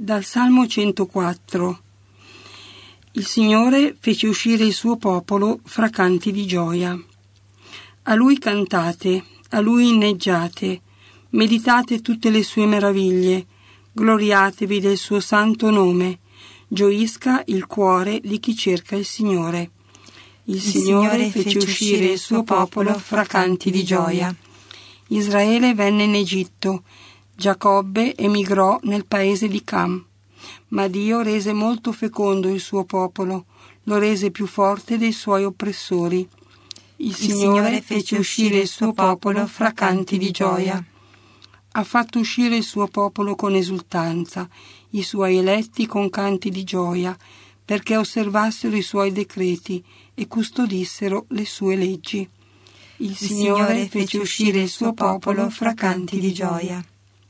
Dal Salmo 104. Il Signore fece uscire il suo popolo fra canti di gioia. A Lui cantate, a Lui inneggiate, meditate tutte le sue meraviglie, gloriatevi del suo santo nome, gioisca il cuore di chi cerca il Signore. Il Signore fece uscire il suo popolo fra canti di gioia. Israele venne in Egitto, Giacobbe emigrò nel paese di Cam. Ma Dio rese molto fecondo il suo popolo, lo rese più forte dei suoi oppressori. Il Signore fece uscire il suo popolo fra canti di gioia. Ha fatto uscire il suo popolo con esultanza, i suoi eletti con canti di gioia, perché osservassero i suoi decreti e custodissero le sue leggi. Il Signore fece uscire il suo popolo fra canti di gioia.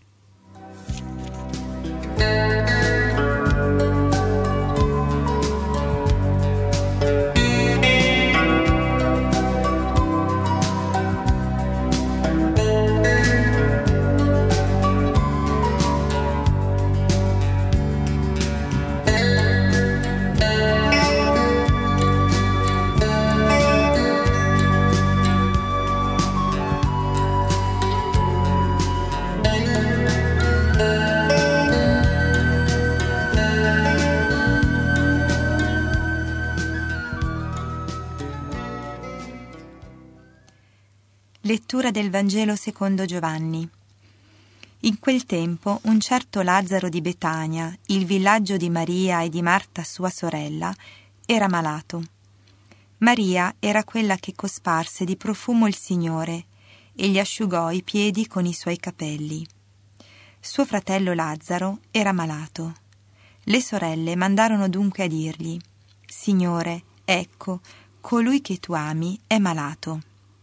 Lettura del Vangelo secondo Giovanni. In quel tempo un certo Lazzaro di Betania, il villaggio di Maria e di Marta sua sorella, era malato. Maria era quella che cosparse di profumo il Signore e gli asciugò i piedi con i suoi capelli. Suo fratello Lazzaro era malato. Le sorelle mandarono dunque a dirgli: «Signore, ecco, colui che tu ami è malato».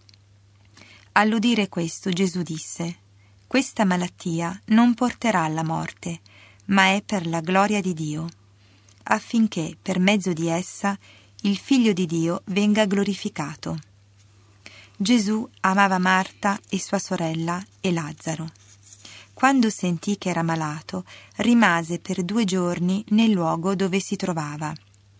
All'udire questo Gesù disse: «Questa malattia non porterà alla morte, ma è per la gloria di Dio, affinché per mezzo di essa il Figlio di Dio venga glorificato». Gesù amava Marta e sua sorella e Lazzaro. Quando sentì che era malato, rimase per 2 giorni nel luogo dove si trovava.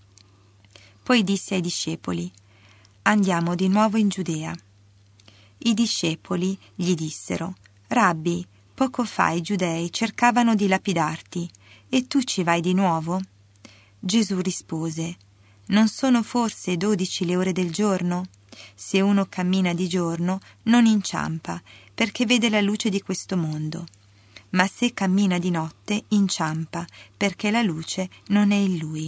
Poi disse ai discepoli: «Andiamo di nuovo in Giudea». I discepoli gli dissero: «Rabbi, poco fa i giudei cercavano di lapidarti, e tu ci vai di nuovo?» Gesù rispose: «Non sono forse 12 le ore del giorno? Se uno cammina di giorno non inciampa, perché vede la luce di questo mondo. Ma se cammina di notte inciampa, perché la luce non è in lui».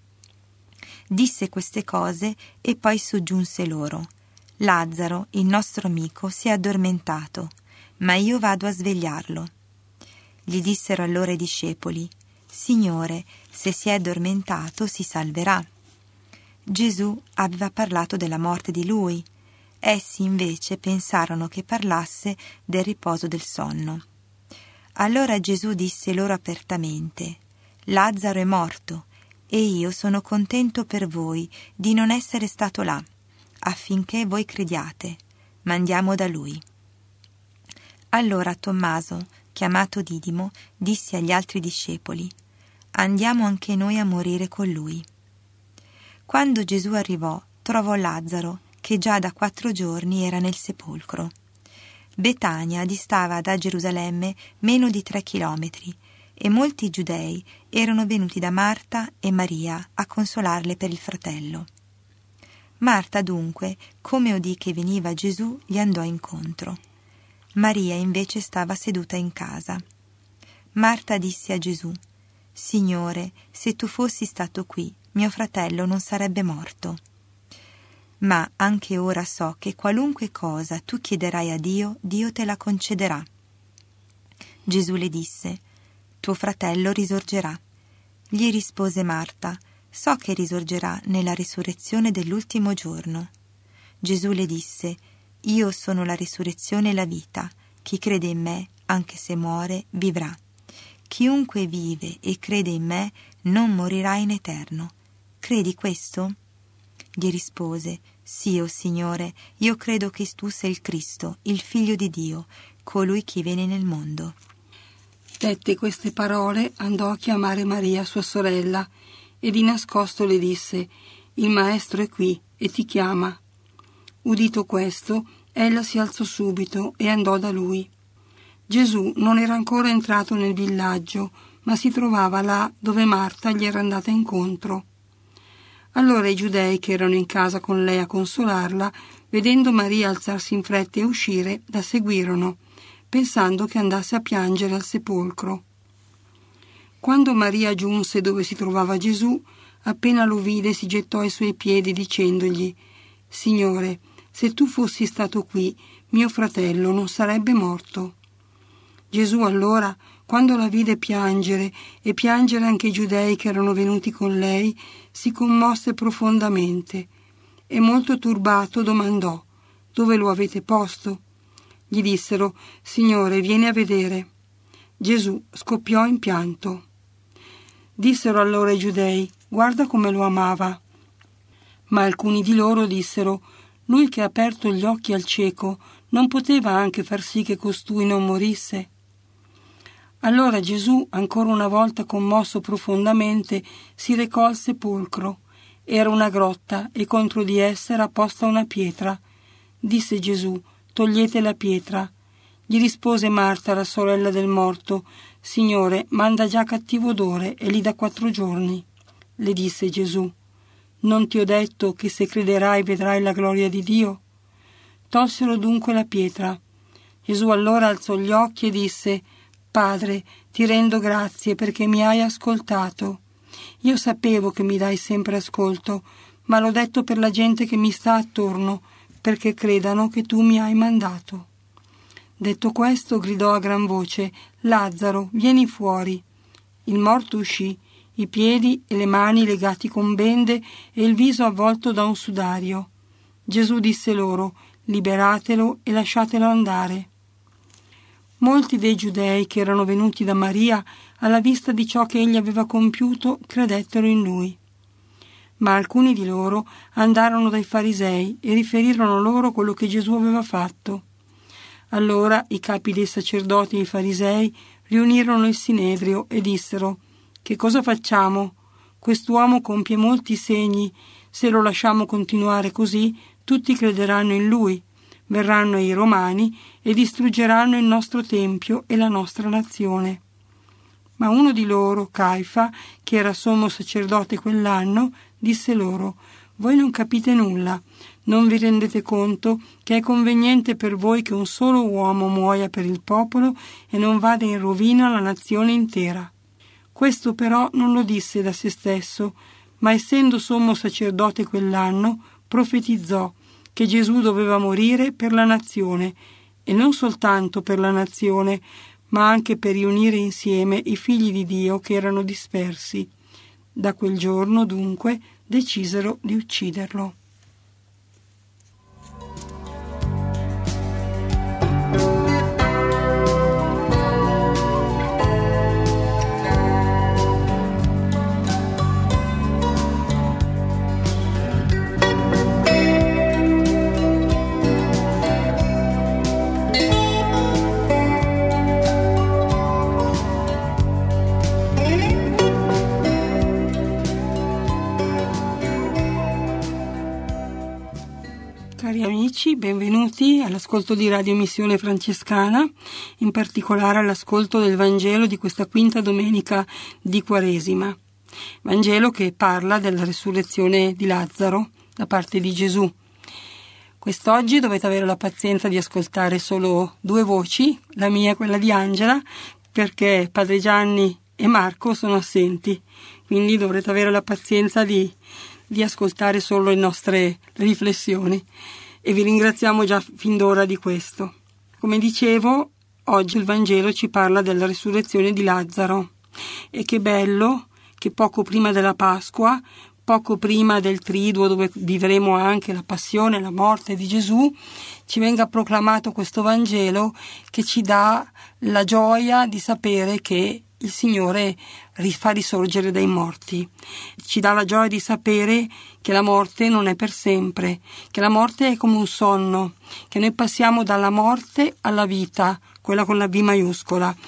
Disse queste cose e poi soggiunse loro: «Lazzaro, il nostro amico, si è addormentato, ma io vado a svegliarlo». Gli dissero allora i discepoli: «Signore, se si è addormentato si salverà». Gesù aveva parlato della morte di lui. Essi invece pensarono che parlasse del riposo del sonno. Allora Gesù disse loro apertamente: «Lazzaro è morto, e io sono contento per voi di non essere stato là, affinché voi crediate, ma andiamo da lui». Allora Tommaso, chiamato Didimo, disse agli altri discepoli: «Andiamo anche noi a morire con lui». Quando Gesù arrivò, trovò Lazzaro, che già da 4 giorni era nel sepolcro. Betania distava da Gerusalemme meno di 3 chilometri, e molti giudei erano venuti da Marta e Maria a consolarle per il fratello. Marta dunque, come udì che veniva Gesù, gli andò incontro. Maria invece stava seduta in casa. Marta disse a Gesù: «Signore, se tu fossi stato qui, mio fratello non sarebbe morto. Ma anche ora so che qualunque cosa tu chiederai a Dio, Dio te la concederà». Gesù le disse: «Tuo fratello risorgerà». Gli rispose Marta: «So che risorgerà nella risurrezione dell'ultimo giorno». Gesù le disse: «Io sono la risurrezione e la vita. Chi crede in me, anche se muore, vivrà. Chiunque vive e crede in me non morirà in eterno. Credi questo?» Gli rispose: «Sì, o Signore, io credo che tu sei il Cristo, il Figlio di Dio, colui che viene nel mondo». Dette queste parole, andò a chiamare Maria, sua sorella, e di nascosto le disse: «Il maestro è qui e ti chiama». Udito questo, ella si alzò subito e andò da lui. Gesù non era ancora entrato nel villaggio, ma si trovava là dove Marta gli era andata incontro. Allora i giudei che erano in casa con lei a consolarla, vedendo Maria alzarsi in fretta e uscire, la seguirono, pensando che andasse a piangere al sepolcro. Quando Maria giunse dove si trovava Gesù, appena lo vide si gettò ai suoi piedi dicendogli: «Signore, se tu fossi stato qui, mio fratello non sarebbe morto». Gesù allora, quando la vide piangere e piangere anche i giudei che erano venuti con lei, si commosse profondamente e molto turbato domandò: «Dove lo avete posto?» Gli dissero: «Signore, vieni a vedere». Gesù scoppiò in pianto. Dissero allora i giudei: «Guarda come lo amava». Ma alcuni di loro dissero: «Lui che ha aperto gli occhi al cieco non poteva anche far sì che costui non morisse?» Allora Gesù, ancora una volta commosso profondamente, si recò al sepolcro. Era una grotta e contro di essa era posta una pietra. Disse Gesù: «Togliete la pietra». Gli rispose Marta, la sorella del morto: «Signore, manda già cattivo odore e lì da 4 giorni». Le disse Gesù: «Non ti ho detto che se crederai vedrai la gloria di Dio?» Tolsero dunque la pietra. Gesù allora alzò gli occhi e disse: «Padre, ti rendo grazie perché mi hai ascoltato. Io sapevo che mi dai sempre ascolto, ma l'ho detto per la gente che mi sta attorno, perché credano che tu mi hai mandato». Detto questo, gridò a gran voce: «Lazzaro, vieni fuori». Il morto uscì, i piedi e le mani legati con bende e il viso avvolto da un sudario. Gesù disse loro: «Liberatelo e lasciatelo andare». Molti dei giudei che erano venuti da Maria, alla vista di ciò che egli aveva compiuto, credettero in lui. Ma alcuni di loro andarono dai farisei e riferirono loro quello che Gesù aveva fatto. Allora i capi dei sacerdoti e i farisei riunirono il sinedrio e dissero: «Che cosa facciamo? Quest'uomo compie molti segni. Se lo lasciamo continuare così, tutti crederanno in lui. Verranno i Romani e distruggeranno il nostro tempio e la nostra nazione». Ma uno di loro, Caifa, che era sommo sacerdote quell'anno, disse loro: «Voi non capite nulla. Non vi rendete conto che è conveniente per voi che un solo uomo muoia per il popolo e non vada in rovina la nazione intera?» Questo però non lo disse da se stesso, ma essendo sommo sacerdote quell'anno, profetizzò che Gesù doveva morire per la nazione, e non soltanto per la nazione, ma anche per riunire insieme i figli di Dio che erano dispersi. Da quel giorno, dunque, decisero di ucciderlo. Cari amici, benvenuti all'ascolto di Radio Missione Francescana, in particolare all'ascolto del Vangelo di questa quinta domenica di Quaresima. Vangelo che parla della resurrezione di Lazzaro da parte di Gesù. Quest'oggi dovete avere la pazienza di ascoltare solo 2 voci, la mia e quella di Angela, perché Padre Gianni e Marco sono assenti, quindi dovrete avere la pazienza di ascoltare solo le nostre riflessioni, e vi ringraziamo già fin d'ora di questo. Come dicevo, oggi il Vangelo ci parla della risurrezione di Lazzaro, e che bello che poco prima della Pasqua, poco prima del Triduo, dove vivremo anche la passione e la morte di Gesù, ci venga proclamato questo Vangelo che ci dà la gioia di sapere che il Signore fa risorgere dai morti. Ci dà la gioia di sapere che la morte non è per sempre, che la morte è come un sonno, che noi passiamo dalla morte alla vita, quella con la V maiuscola,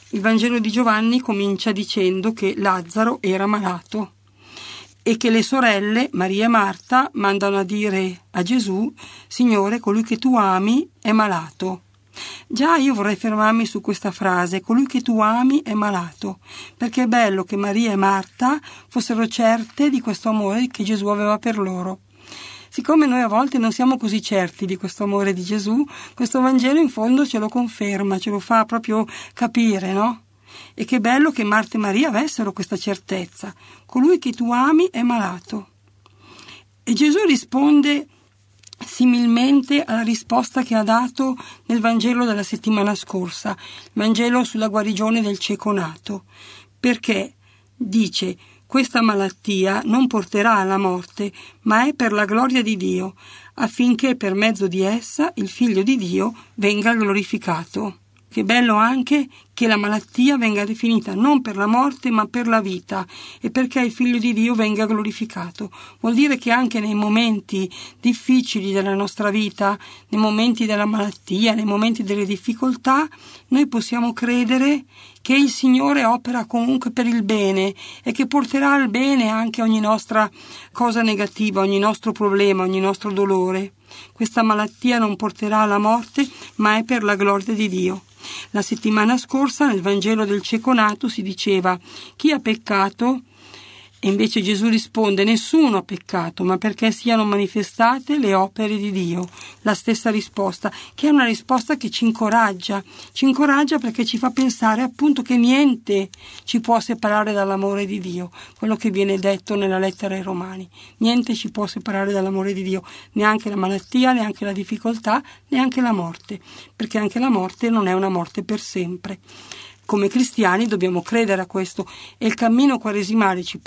Il Vangelo di Giovanni comincia dicendo che Lazzaro era malato e che le sorelle, Maria e Marta, mandano a dire a Gesù: Signore, colui che tu ami è malato. Già io vorrei fermarmi su questa frase, colui che tu ami è malato, perché è bello che Maria e Marta fossero certe di questo amore che Gesù aveva per loro. Siccome noi a volte non siamo così certi di questo amore di Gesù, questo Vangelo in fondo ce lo conferma, ce lo fa proprio capire, no? E che bello che Marta e Maria avessero questa certezza. Colui che tu ami è malato. E Gesù risponde similmente alla risposta che ha dato nel Vangelo della settimana scorsa, il Vangelo sulla guarigione del cieco nato, perché dice: questa malattia non porterà alla morte, ma è per la gloria di Dio, affinché per mezzo di essa il Figlio di Dio venga glorificato. Che bello anche che la malattia venga definita non per la morte ma per la vita, e perché il Figlio di Dio venga glorificato. Vuol dire che anche nei momenti difficili della nostra vita, nei momenti della malattia, nei momenti delle difficoltà, noi possiamo credere che il Signore opera comunque per il bene e che porterà al bene anche ogni nostra cosa negativa, ogni nostro problema, ogni nostro dolore. Questa malattia non porterà alla morte, ma è per la gloria di Dio. La settimana scorsa nel Vangelo del cieco nato si diceva: chi ha peccato? E invece Gesù risponde: nessuno ha peccato, ma perché siano manifestate le opere di Dio. La stessa risposta, che è una risposta che ci incoraggia perché ci fa pensare appunto che niente ci può separare dall'amore di Dio, quello che viene detto nella lettera ai Romani. Niente ci può separare dall'amore di Dio, neanche la malattia, neanche la difficoltà, neanche la morte, perché anche la morte non è una morte per sempre. Come cristiani dobbiamo credere a questo, e il cammino quaresimale ci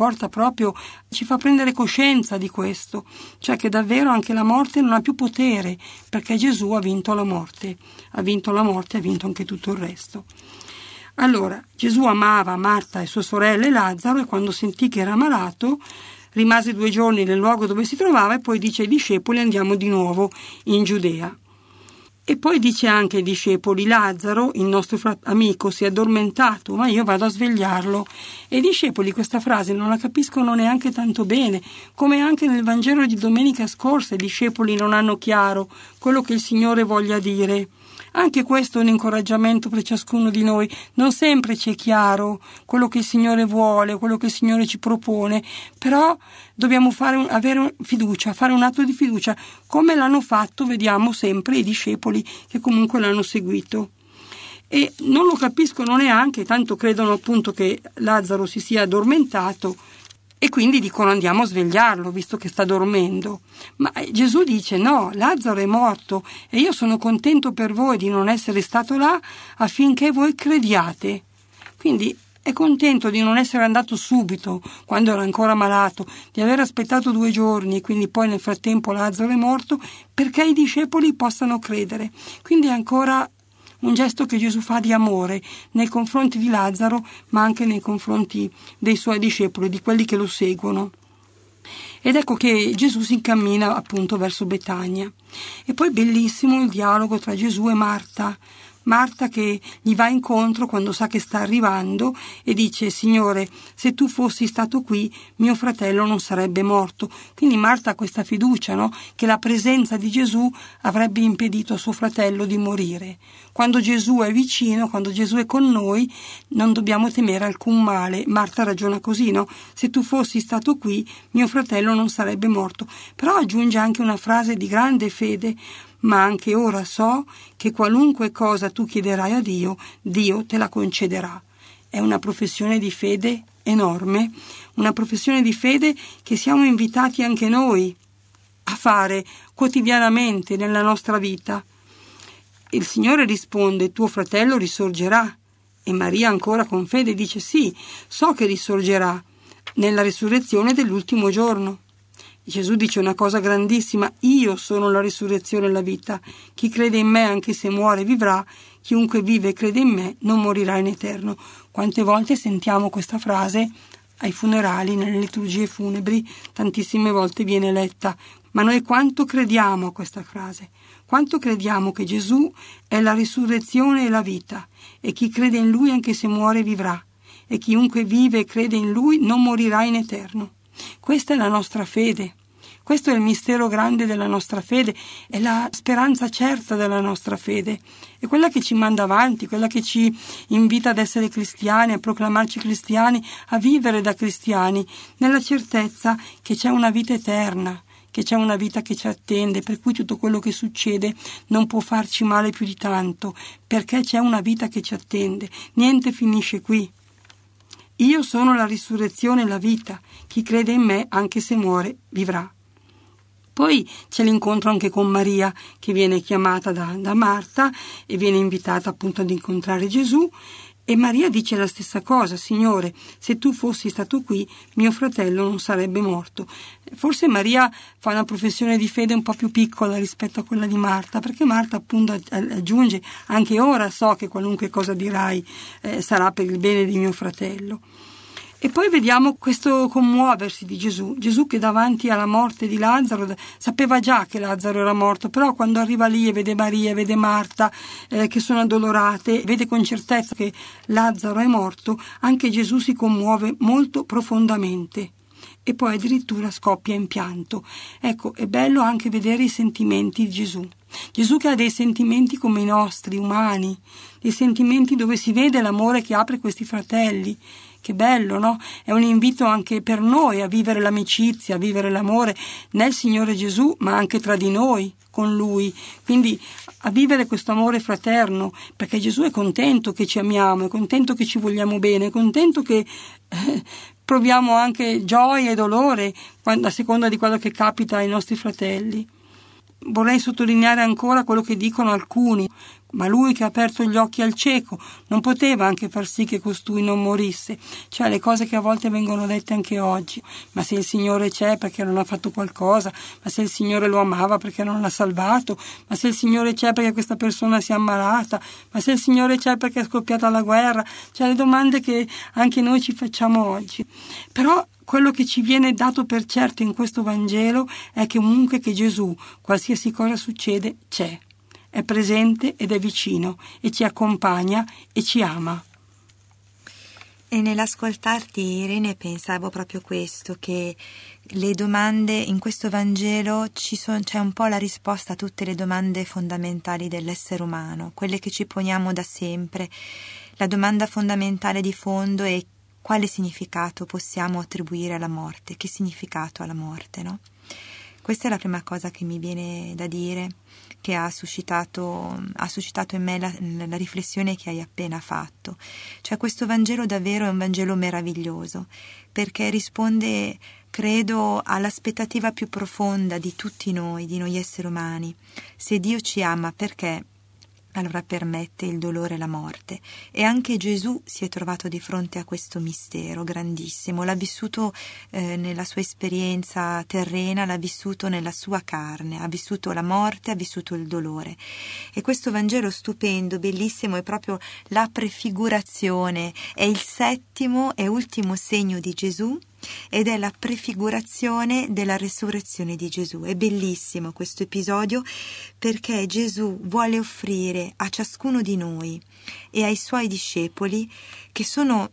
fa prendere coscienza di questo, cioè che davvero anche la morte non ha più potere, perché Gesù ha vinto la morte, ha vinto anche tutto il resto. Allora, Gesù amava Marta e sue sorelle Lazzaro, e quando sentì che era malato rimase 2 giorni nel luogo dove si trovava e poi dice ai discepoli: andiamo di nuovo in Giudea. E poi dice anche ai discepoli: Lazzaro, il nostro amico, si è addormentato, ma io vado a svegliarlo. E i discepoli questa frase non la capiscono neanche tanto bene, come anche nel Vangelo di domenica scorsa i discepoli non hanno chiaro quello che il Signore voglia dire. Anche questo è un incoraggiamento per ciascuno di noi. Non sempre ci è chiaro quello che il Signore vuole, quello che il Signore ci propone, però dobbiamo avere fiducia, fare un atto di fiducia, come l'hanno fatto, vediamo sempre, i discepoli che comunque l'hanno seguito. E non lo capiscono neanche, tanto credono appunto che Lazzaro si sia addormentato, e quindi dicono: andiamo a svegliarlo, visto che sta dormendo. Ma Gesù dice: no, Lazzaro è morto e io sono contento per voi di non essere stato là affinché voi crediate. Quindi è contento di non essere andato subito, quando era ancora malato, di aver aspettato 2 giorni e quindi poi nel frattempo Lazzaro è morto, perché i discepoli possano credere. Quindi è ancora un gesto che Gesù fa di amore nei confronti di Lazzaro, ma anche nei confronti dei suoi discepoli, di quelli che lo seguono. Ed ecco che Gesù si incammina appunto verso Betania. E poi bellissimo il dialogo tra Gesù e Marta. Marta che gli va incontro quando sa che sta arrivando e dice: Signore, se tu fossi stato qui mio fratello non sarebbe morto. Quindi Marta ha questa fiducia, no? Che la presenza di Gesù avrebbe impedito a suo fratello di morire. Quando Gesù è vicino, quando Gesù è con noi, non dobbiamo temere alcun male. Marta ragiona così, no? Se tu fossi stato qui mio fratello non sarebbe morto. Però aggiunge anche una frase di grande fede: ma anche ora so che qualunque cosa tu chiederai a Dio, Dio te la concederà. È una professione di fede enorme, una professione di fede che siamo invitati anche noi a fare quotidianamente nella nostra vita. Il Signore risponde: tuo fratello risorgerà. E Maria ancora con fede dice: sì, so che risorgerà nella risurrezione dell'ultimo giorno. Gesù dice una cosa grandissima: io sono la risurrezione e la vita. Chi crede in me, anche se muore, vivrà. Chiunque vive e crede in me non morirà in eterno. Quante volte sentiamo questa frase ai funerali, nelle liturgie funebri, tantissime volte viene letta Ma noi quanto crediamo a questa frase? Quanto crediamo che Gesù è la risurrezione e la vita, e chi crede in Lui anche se muore vivrà, e chiunque vive e crede in Lui non morirà in eterno. Questa è la nostra fede. Questo è il mistero grande della nostra fede, è la speranza certa della nostra fede, è quella che ci manda avanti, quella che ci invita ad essere cristiani, a proclamarci cristiani, a vivere da cristiani, nella certezza che c'è una vita eterna, che c'è una vita che ci attende, per cui tutto quello che succede non può farci male più di tanto, perché c'è una vita che ci attende, niente finisce qui. Io sono la risurrezione e la vita, chi crede in me, anche se muore, vivrà. Poi c'è l'incontro anche con Maria, che viene chiamata da Marta e viene invitata appunto ad incontrare Gesù, e Maria dice la stessa cosa: Signore, se tu fossi stato qui, mio fratello non sarebbe morto. Forse Maria fa una professione di fede un po' più piccola rispetto a quella di Marta, perché Marta appunto aggiunge: anche ora so che qualunque cosa dirai sarà per il bene di mio fratello. E poi vediamo questo commuoversi di Gesù che davanti alla morte di Lazzaro sapeva già che Lazzaro era morto, però quando arriva lì e vede Maria, vede Marta che sono addolorate, vede con certezza che Lazzaro è morto, anche Gesù si commuove molto profondamente e poi addirittura scoppia in pianto. Ecco, è bello anche vedere i sentimenti di Gesù. Gesù che ha dei sentimenti come i nostri, umani, dei sentimenti dove si vede l'amore che ha per questi fratelli. Che bello, no? È un invito anche per noi a vivere l'amicizia, a vivere l'amore nel Signore Gesù, ma anche tra di noi, con Lui. Quindi a vivere questo amore fraterno, perché Gesù è contento che ci amiamo, è contento che ci vogliamo bene, è contento che proviamo anche gioia e dolore a seconda di quello che capita ai nostri fratelli. Vorrei sottolineare ancora quello che dicono alcuni: ma lui che ha aperto gli occhi al cieco non poteva anche far sì che costui non morisse? Cioè le cose che a volte vengono dette anche oggi: ma se il Signore c'è perché non ha fatto qualcosa, ma se il Signore lo amava perché non l'ha salvato, ma se il Signore c'è perché questa persona si è ammalata, ma se il Signore c'è perché è scoppiata la guerra. Cioè le domande che anche noi ci facciamo oggi. Però quello che ci viene dato per certo in questo Vangelo è che comunque che Gesù, qualsiasi cosa succede, c'è, è presente ed è vicino e ci accompagna e ci ama. E nell'ascoltarti, Irene, pensavo proprio questo, che le domande in questo Vangelo c'è un po' la risposta a tutte le domande fondamentali dell'essere umano, quelle che ci poniamo da sempre. La domanda fondamentale di fondo è: quale significato possiamo attribuire alla morte? Che significato ha la morte, no? Questa è la prima cosa che mi viene da dire, che ha suscitato in me la riflessione che hai appena fatto. Cioè questo Vangelo davvero è un Vangelo meraviglioso, perché risponde, credo, all'aspettativa più profonda di tutti noi, di noi esseri umani. Se Dio ci ama, perché allora permette il dolore e la morte? E anche Gesù si è trovato di fronte a questo mistero grandissimo, l'ha vissuto nella sua esperienza terrena, l'ha vissuto nella sua carne, ha vissuto la morte, ha vissuto il dolore. E questo Vangelo stupendo, bellissimo, è proprio la prefigurazione, è il settimo e ultimo segno di Gesù, ed è la prefigurazione della resurrezione di Gesù. È bellissimo questo episodio, perché Gesù vuole offrire a ciascuno di noi e ai suoi discepoli che sono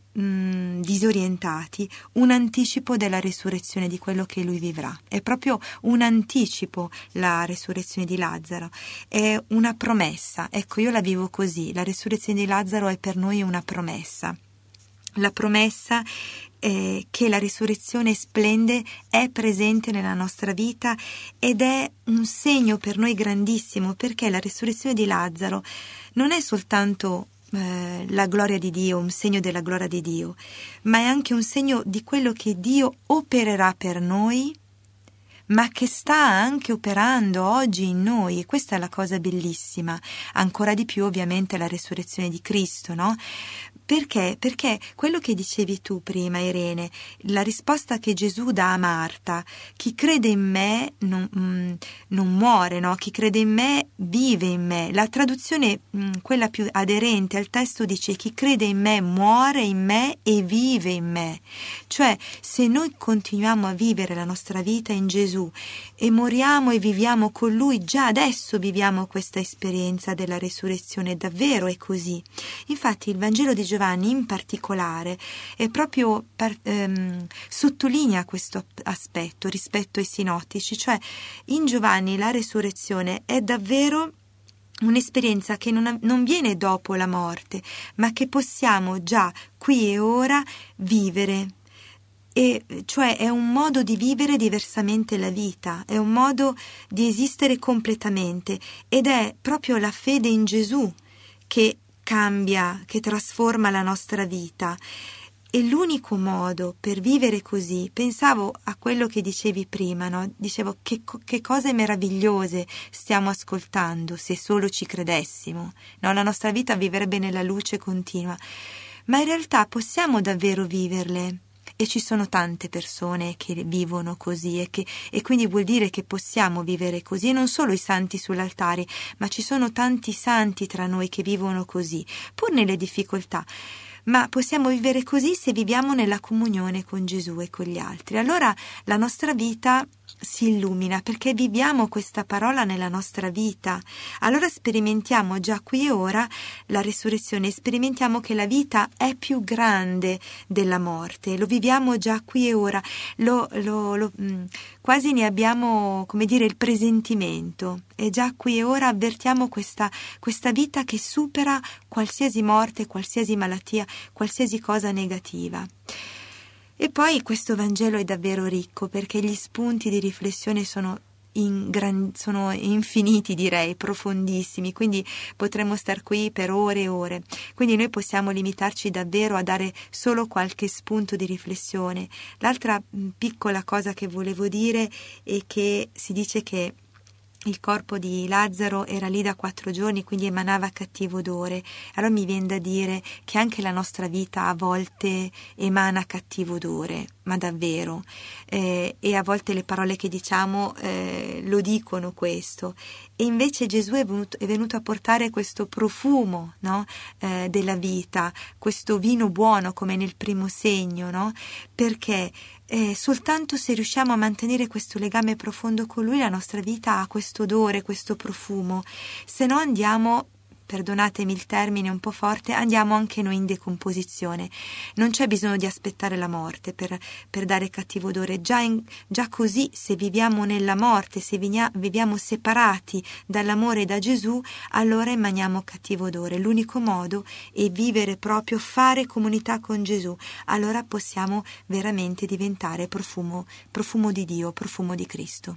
disorientati un anticipo della resurrezione, di quello che lui vivrà. È proprio un anticipo la resurrezione di Lazzaro, è una promessa. Ecco, io la vivo così: la resurrezione di Lazzaro è per noi una promessa. La promessa che la risurrezione splende, è presente nella nostra vita ed è un segno per noi grandissimo, perché la risurrezione di Lazzaro non è soltanto la gloria di Dio, un segno della gloria di Dio, ma è anche un segno di quello che Dio opererà per noi, ma che sta anche operando oggi in noi. E questa è la cosa bellissima. Ancora di più ovviamente la resurrezione di Cristo, no? Perché? Perché quello che dicevi tu prima, Irene, la risposta che Gesù dà a Marta, chi crede in me non muore, no? Chi crede in me vive in me. La traduzione, quella più aderente al testo, dice chi crede in me muore in me e vive in me. Cioè, se noi continuiamo a vivere la nostra vita in Gesù e moriamo e viviamo con Lui, già adesso viviamo questa esperienza della resurrezione, davvero è così. Infatti il Vangelo di Giovanni in particolare è proprio sottolinea questo aspetto rispetto ai sinottici, cioè in Giovanni la resurrezione è davvero un'esperienza che non viene dopo la morte, ma che possiamo già qui e ora vivere. E cioè è un modo di vivere diversamente la vita, è un modo di esistere completamente, ed è proprio la fede in Gesù che cambia, che trasforma la nostra vita. E l'unico modo per vivere così, pensavo a quello che dicevi prima, no? Dicevo che cose meravigliose stiamo ascoltando se solo ci credessimo, no? La nostra vita vivrebbe nella luce continua, ma in realtà possiamo davvero viverle. E ci sono tante persone che vivono così e quindi vuol dire che possiamo vivere così, e non solo i santi sull'altare, ma ci sono tanti santi tra noi che vivono così, pur nelle difficoltà. Ma possiamo vivere così se viviamo nella comunione con Gesù e con gli altri. Allora la nostra vita si illumina perché viviamo questa parola nella nostra vita. Allora sperimentiamo già qui e ora la resurrezione, sperimentiamo che la vita è più grande della morte, lo viviamo già qui e ora, quasi ne abbiamo, come dire, il presentimento, e già qui e ora avvertiamo questa vita che supera qualsiasi morte, qualsiasi malattia, qualsiasi cosa negativa. E poi questo Vangelo è davvero ricco perché gli spunti di riflessione sono infiniti, direi, profondissimi, quindi potremmo star qui per ore e ore. Quindi noi possiamo limitarci davvero a dare solo qualche spunto di riflessione. L'altra piccola cosa che volevo dire è che si dice che il corpo di Lazzaro era lì da 4 giorni, quindi emanava cattivo odore. Allora mi viene da dire che anche la nostra vita a volte emana cattivo odore, ma davvero. E a volte le parole che diciamo lo dicono questo. E invece Gesù è venuto a portare questo profumo, no? Della vita, questo vino buono come nel primo segno, no? Perché soltanto se riusciamo a mantenere questo legame profondo con Lui, la nostra vita ha questo odore, questo profumo. Se no andiamo, perdonatemi il termine un po' forte, andiamo anche noi in decomposizione. Non c'è bisogno di aspettare la morte per dare cattivo odore. Già così, se viviamo nella morte, se viviamo separati dall'amore da Gesù, allora emaniamo cattivo odore. L'unico modo è vivere proprio, fare comunità con Gesù. Allora possiamo veramente diventare profumo di Dio, profumo di Cristo.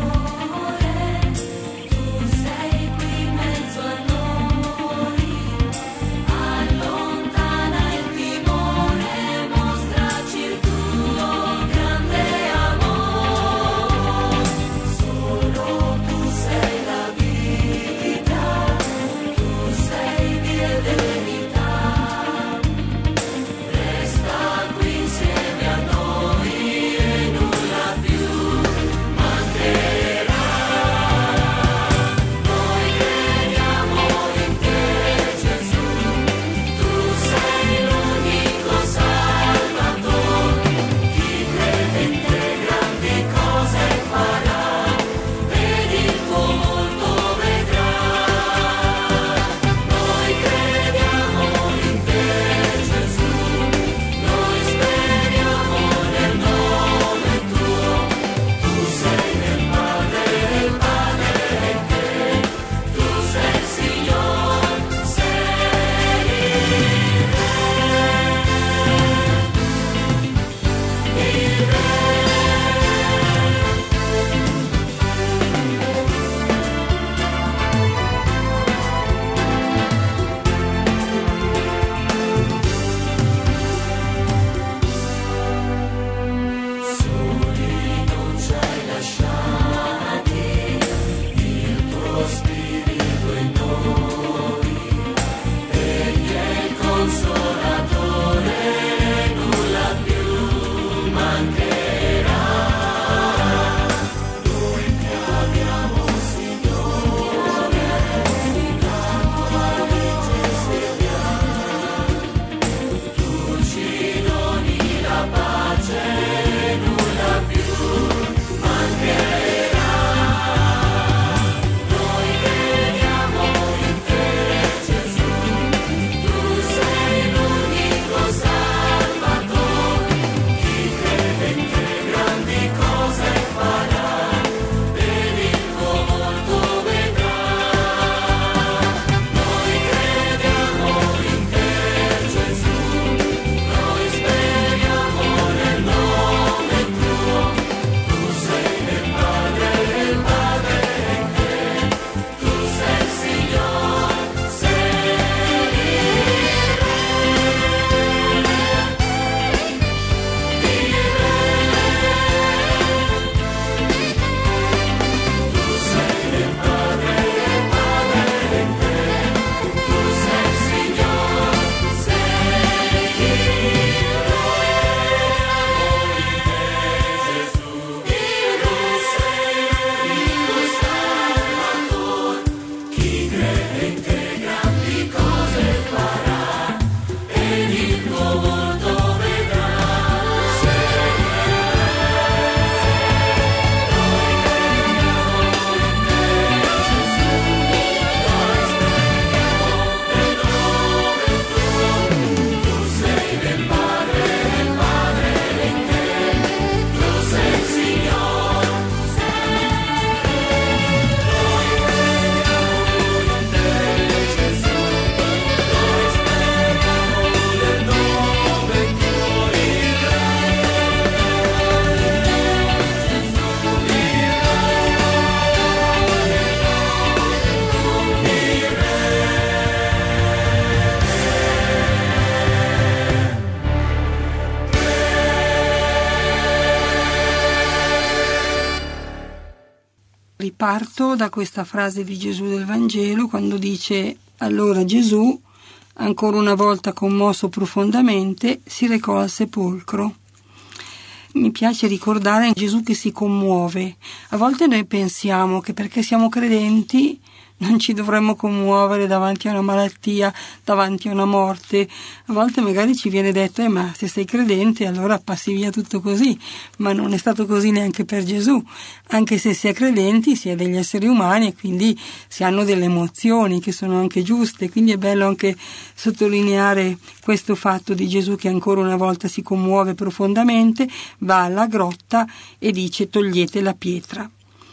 Sei qui in mezzo a noi. parto da questa frase di Gesù del Vangelo quando dice: allora Gesù, ancora una volta commosso profondamente, si recò al sepolcro. Mi piace ricordare Gesù che si commuove. A volte noi pensiamo che perché siamo credenti non ci dovremmo commuovere davanti a una malattia, davanti a una morte. A volte magari ci viene detto: ma se sei credente allora passi via tutto così. Ma non è stato così neanche per Gesù. Anche se si è credenti, si è degli esseri umani e quindi si hanno delle emozioni che sono anche giuste. Quindi è bello anche sottolineare questo fatto di Gesù che ancora una volta si commuove profondamente, va alla grotta e dice: togliete la pietra.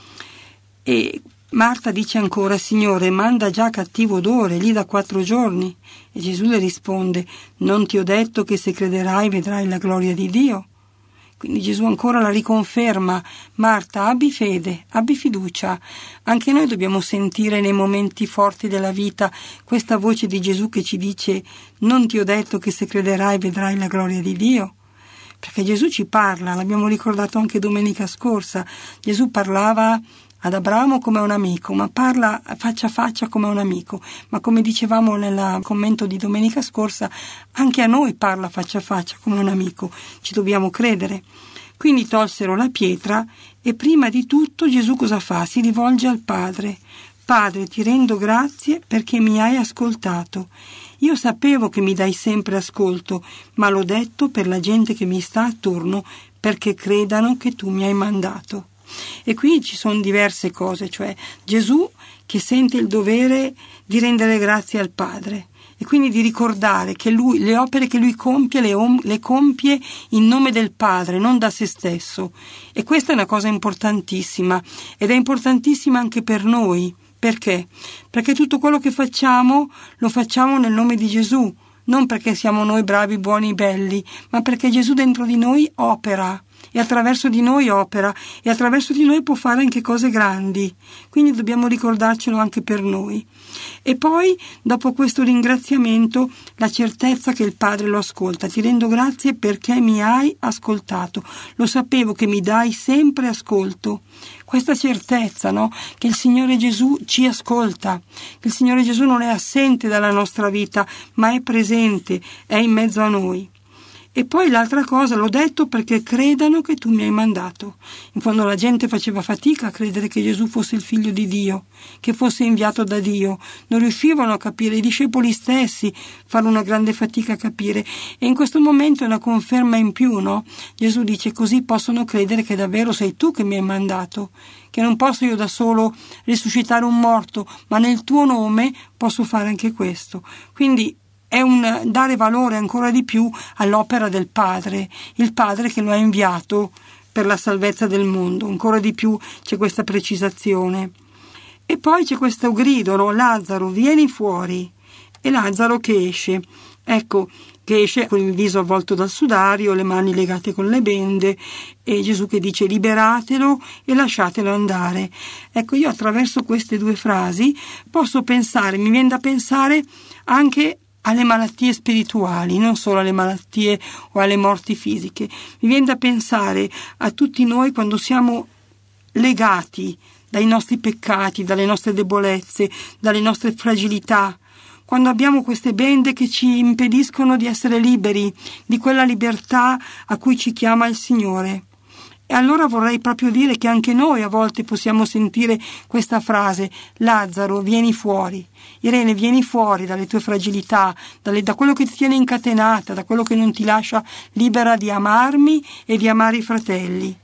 E Marta dice ancora: Signore, manda già cattivo odore, lì da 4 giorni. E Gesù le risponde: non ti ho detto che se crederai vedrai la gloria di Dio? Quindi Gesù ancora la riconferma: Marta, abbi fede, abbi fiducia. Anche noi dobbiamo sentire nei momenti forti della vita questa voce di Gesù che ci dice: non ti ho detto che se crederai vedrai la gloria di Dio? Perché Gesù ci parla, l'abbiamo ricordato anche domenica scorsa. Gesù parlava ad Abramo come un amico, ma parla faccia a faccia come un amico. Ma come dicevamo nel commento di domenica scorsa, anche a noi parla faccia a faccia come un amico. Ci dobbiamo credere. Quindi tolsero la pietra e prima di tutto Gesù cosa fa? Si rivolge al Padre. Padre, ti rendo grazie perché mi hai ascoltato. Io sapevo che mi dai sempre ascolto, ma l'ho detto per la gente che mi sta attorno, perché credano che tu mi hai mandato. E qui ci sono diverse cose, cioè Gesù che sente il dovere di rendere grazie al Padre e quindi di ricordare che lui, le opere che lui compie le compie in nome del Padre, non da se stesso. E questa è una cosa importantissima ed è importantissima anche per noi. Perché? Perché tutto quello che facciamo lo facciamo nel nome di Gesù, non perché siamo noi bravi, buoni, belli, ma perché Gesù dentro di noi opera. E attraverso di noi opera e attraverso di noi può fare anche cose grandi, quindi dobbiamo ricordarcelo anche per noi. E poi dopo questo ringraziamento la certezza che il Padre lo ascolta. Ti rendo grazie perché mi hai ascoltato, lo sapevo che mi dai sempre ascolto. Questa certezza, no? Che il Signore Gesù ci ascolta, che il Signore Gesù non è assente dalla nostra vita ma è presente, è in mezzo a noi. E poi l'altra cosa, l'ho detto perché credano che tu mi hai mandato. In fondo la gente faceva fatica a credere che Gesù fosse il figlio di Dio, che fosse inviato da Dio. Non riuscivano a capire, i discepoli stessi fanno una grande fatica a capire. E in questo momento è una conferma in più, no? Gesù dice: così possono credere che davvero sei tu che mi hai mandato, che non posso io da solo risuscitare un morto, ma nel tuo nome posso fare anche questo. Quindi è un dare valore ancora di più all'opera del Padre, il Padre che lo ha inviato per la salvezza del mondo. Ancora di più c'è questa precisazione. E poi c'è questo grido, no? Lazzaro, vieni fuori. E Lazzaro che esce. Ecco, che esce con il viso avvolto dal sudario, le mani legate con le bende, e Gesù che dice: liberatelo e lasciatelo andare. Ecco, io attraverso queste 2 frasi posso pensare, mi viene da pensare anche alle malattie spirituali, non solo alle malattie o alle morti fisiche. Mi viene da pensare a tutti noi quando siamo legati dai nostri peccati, dalle nostre debolezze, dalle nostre fragilità, quando abbiamo queste bende che ci impediscono di essere liberi, di quella libertà a cui ci chiama il Signore. E allora vorrei proprio dire che anche noi a volte possiamo sentire questa frase: Lazzaro, vieni fuori. Irene, vieni fuori dalle tue fragilità, da quello che ti tiene incatenata, da quello che non ti lascia libera di amarmi e di amare i fratelli.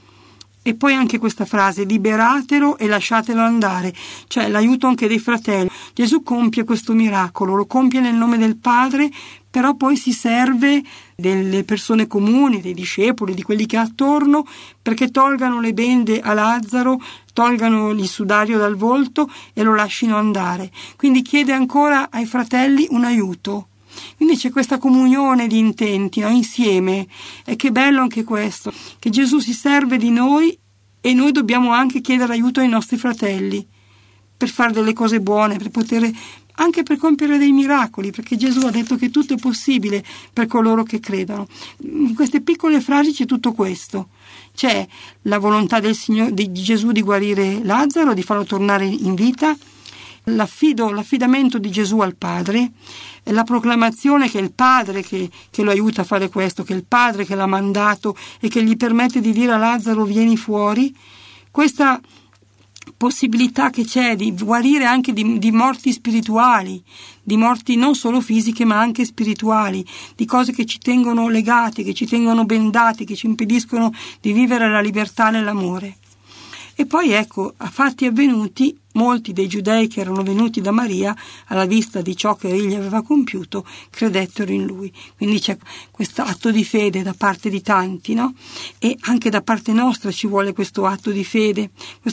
E poi anche questa frase: liberatelo e lasciatelo andare, cioè l'aiuto anche dei fratelli. Gesù compie questo miracolo, lo compie nel nome del Padre, però poi si serve delle persone comuni, dei discepoli, di quelli che ha attorno, perché tolgano le bende a Lazzaro, tolgano il sudario dal volto e lo lascino andare. Quindi chiede ancora ai fratelli un aiuto. Quindi c'è questa comunione di intenti, no? Insieme. E che bello anche questo, che Gesù si serve di noi e noi dobbiamo anche chiedere aiuto ai nostri fratelli per fare delle cose buone, per poter anche per compiere dei miracoli, perché Gesù ha detto che tutto è possibile per coloro che credono. In queste piccole frasi c'è tutto questo. C'è la volontà del Signore, di Gesù di guarire Lazzaro, di farlo tornare in vita, l'affidamento di Gesù al Padre, la proclamazione che è il Padre che lo aiuta a fare questo, che è il Padre che l'ha mandato e che gli permette di dire a Lazzaro vieni fuori. Questa possibilità che c'è di guarire anche di morti spirituali, di morti non solo fisiche ma anche spirituali, di cose che ci tengono legati, che ci tengono bendati, che ci impediscono di vivere la libertà nell'amore. E poi ecco, a fatti avvenuti, molti dei giudei che erano venuti da Maria, alla vista di ciò che egli aveva compiuto, credettero in lui. Quindi c'è questo atto di fede da parte di tanti, no? E anche da parte nostra ci vuole questo atto di fede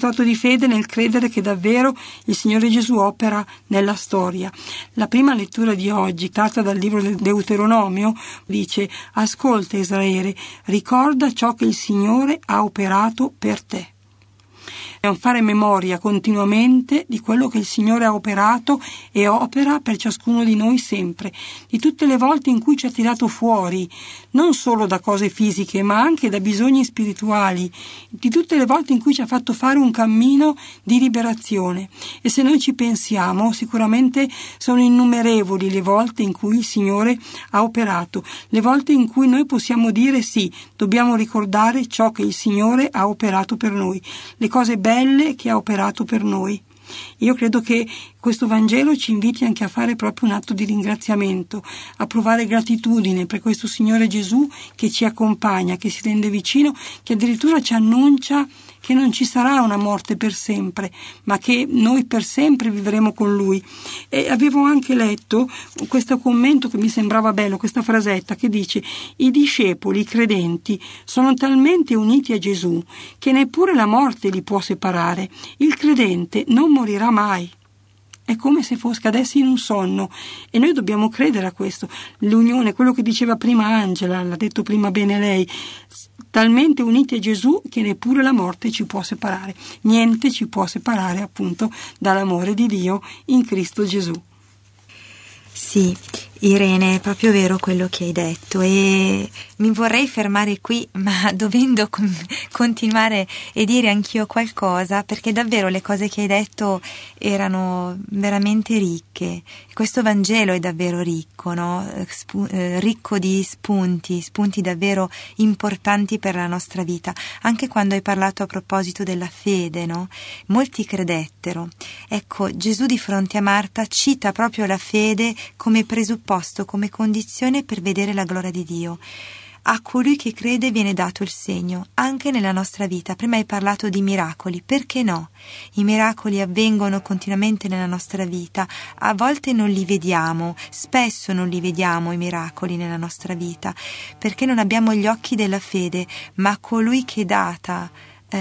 nel credere che davvero il Signore Gesù opera nella storia. La prima lettura di oggi, tratta dal libro del Deuteronomio, dice: ascolta Israele, ricorda ciò che il Signore ha operato per te. È un fare memoria continuamente di quello che il Signore ha operato e opera per ciascuno di noi sempre, di tutte le volte in cui ci ha tirato fuori, non solo da cose fisiche ma anche da bisogni spirituali, di tutte le volte in cui ci ha fatto fare un cammino di liberazione. E se noi ci pensiamo, sicuramente sono innumerevoli le volte in cui il Signore ha operato, le volte in cui noi possiamo dire sì, dobbiamo ricordare ciò che il Signore ha operato per noi, le cose belle che ha operato per noi. Io credo che questo Vangelo ci inviti anche a fare proprio un atto di ringraziamento, a provare gratitudine per questo Signore Gesù che ci accompagna, che si rende vicino, che addirittura ci annuncia che non ci sarà una morte per sempre, ma che noi per sempre vivremo con Lui. E avevo anche letto questo commento che mi sembrava bello, questa frasetta che dice: i discepoli, i credenti, sono talmente uniti a Gesù che neppure la morte li può separare. Il credente non morirà mai. È come se cadessi in un sonno e noi dobbiamo credere a questo. L'unione, quello che diceva prima Angela, l'ha detto prima bene lei, talmente uniti a Gesù che neppure la morte ci può separare. Niente ci può separare appunto dall'amore di Dio in Cristo Gesù. Sì, Irene, è proprio vero quello che hai detto e mi vorrei fermare qui, ma dovendo continuare e dire anch'io qualcosa, perché davvero le cose che hai detto erano veramente ricche. Questo Vangelo è davvero ricco, no? Ricco di spunti davvero importanti per la nostra vita. Anche quando hai parlato a proposito della fede, no? Molti credettero. Ecco, Gesù di fronte a Marta cita proprio la fede come presupposto, come condizione per vedere la gloria di Dio. A colui che crede viene dato il segno, anche nella nostra vita. Prima hai parlato di miracoli, perché no? I miracoli avvengono continuamente nella nostra vita, a volte non li vediamo, spesso non li vediamo i miracoli nella nostra vita, perché non abbiamo gli occhi della fede, ma a colui che è data,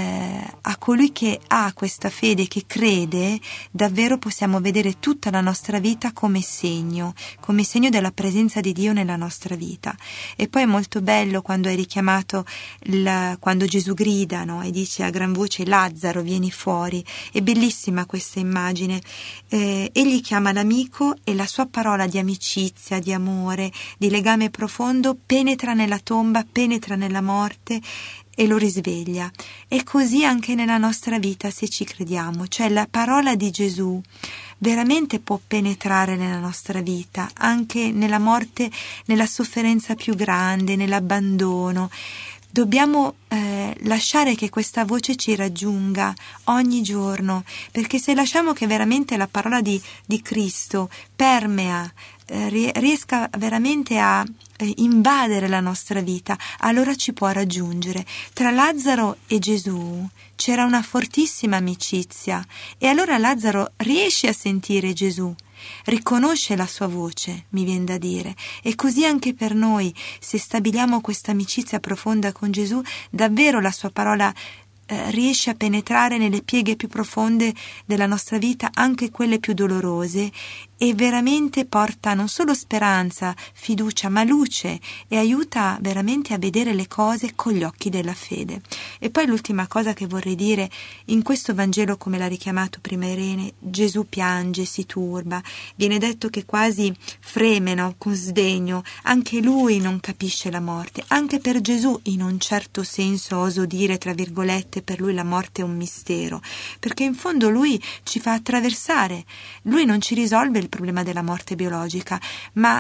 a colui che ha questa fede, che crede, davvero possiamo vedere tutta la nostra vita come segno della presenza di Dio nella nostra vita. E poi è molto bello quando hai richiamato quando Gesù grida, no? E dice a gran voce: Lazzaro, vieni fuori. È bellissima questa immagine. Egli chiama l'amico e la sua parola di amicizia, di amore, di legame profondo penetra nella tomba, penetra nella morte e lo risveglia. E così anche nella nostra vita, se ci crediamo, cioè la parola di Gesù veramente può penetrare nella nostra vita, anche nella morte, nella sofferenza più grande, nell'abbandono. Dobbiamo lasciare che questa voce ci raggiunga ogni giorno, perché se lasciamo che veramente la parola di Cristo permea, riesca veramente a invadere la nostra vita, allora ci può raggiungere. Tra Lazzaro e Gesù c'era una fortissima amicizia e allora Lazzaro riesce a sentire Gesù, riconosce la sua voce, mi viene da dire. E così anche per noi, se stabiliamo questa amicizia profonda con Gesù, davvero la sua parola riesce a penetrare nelle pieghe più profonde della nostra vita, anche quelle più dolorose, e veramente porta non solo speranza, fiducia, ma luce, e aiuta veramente a vedere le cose con gli occhi della fede. E poi l'ultima cosa che vorrei dire: in questo Vangelo, come l'ha richiamato prima Irene, Gesù piange, si turba, viene detto che quasi freme, no? Con sdegno. Anche lui non capisce la morte. Anche per Gesù, in un certo senso, oso dire, tra virgolette, per lui la morte è un mistero, perché in fondo lui ci fa attraversare. Lui non ci risolve il problema della morte biologica, ma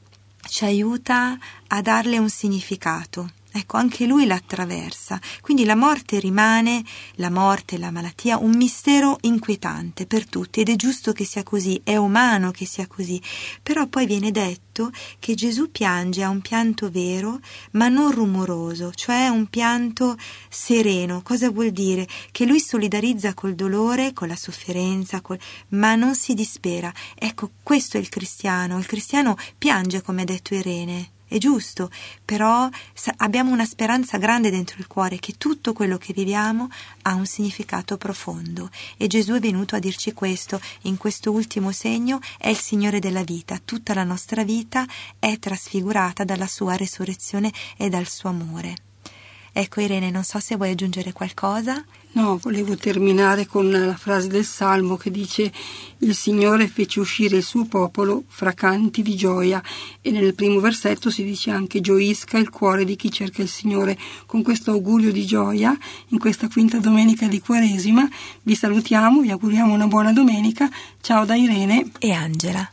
ci aiuta a darle un significato. Ecco, anche lui l'attraversa. Quindi la morte rimane, la morte, la malattia, un mistero inquietante per tutti, ed è giusto che sia così, è umano che sia così. Però poi viene detto che Gesù piange, ha un pianto vero, ma non rumoroso, cioè un pianto sereno. Cosa vuol dire? Che lui solidarizza col dolore, con la sofferenza, ma non si dispera. Ecco, questo è il cristiano. Il cristiano piange, come ha detto Irene. È giusto, però abbiamo una speranza grande dentro il cuore, che tutto quello che viviamo ha un significato profondo, e Gesù è venuto a dirci questo. In questo ultimo segno è il Signore della vita. Tutta la nostra vita è trasfigurata dalla sua resurrezione e dal suo amore. Ecco, Irene, non so se vuoi aggiungere qualcosa. No, volevo terminare con la frase del Salmo che dice: il Signore fece uscire il suo popolo fra canti di gioia, e nel primo versetto si dice anche: gioisca il cuore di chi cerca il Signore. Con questo augurio di gioia, in questa quinta domenica di Quaresima, vi salutiamo, vi auguriamo una buona domenica. Ciao da Irene e Angela.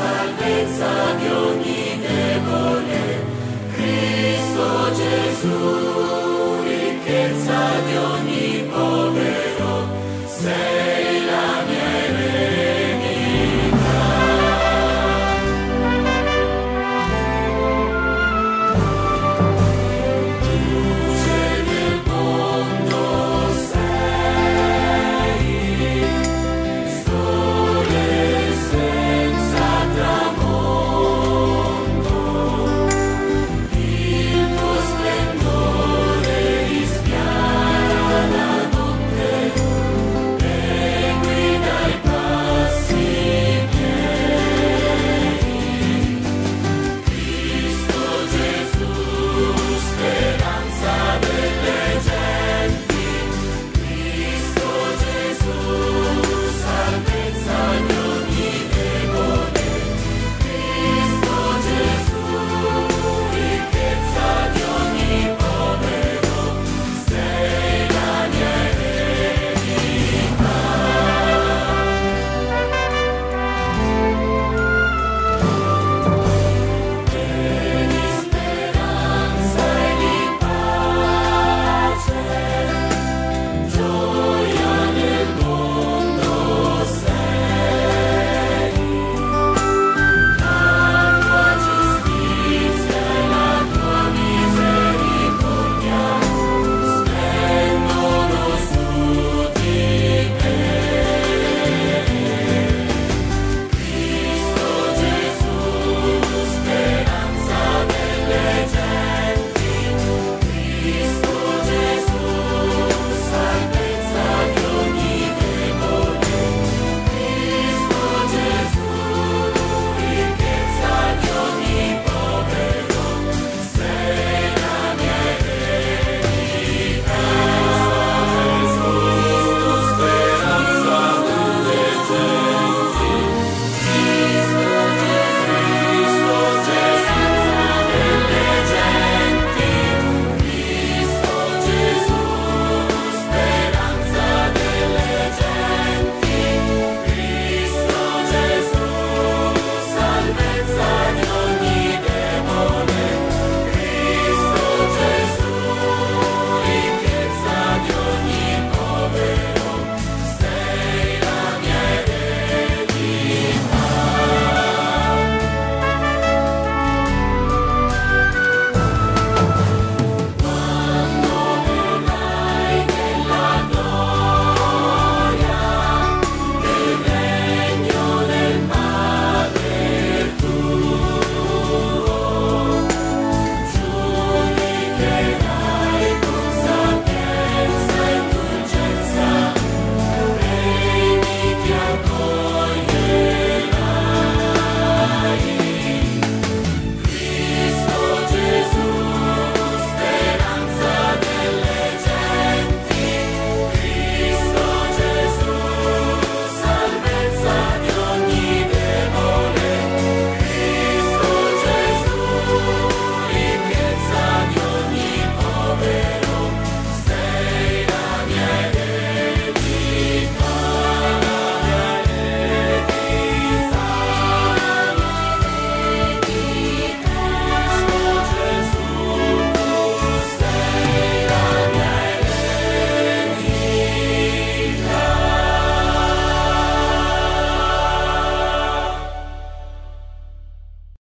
Cristo Gesù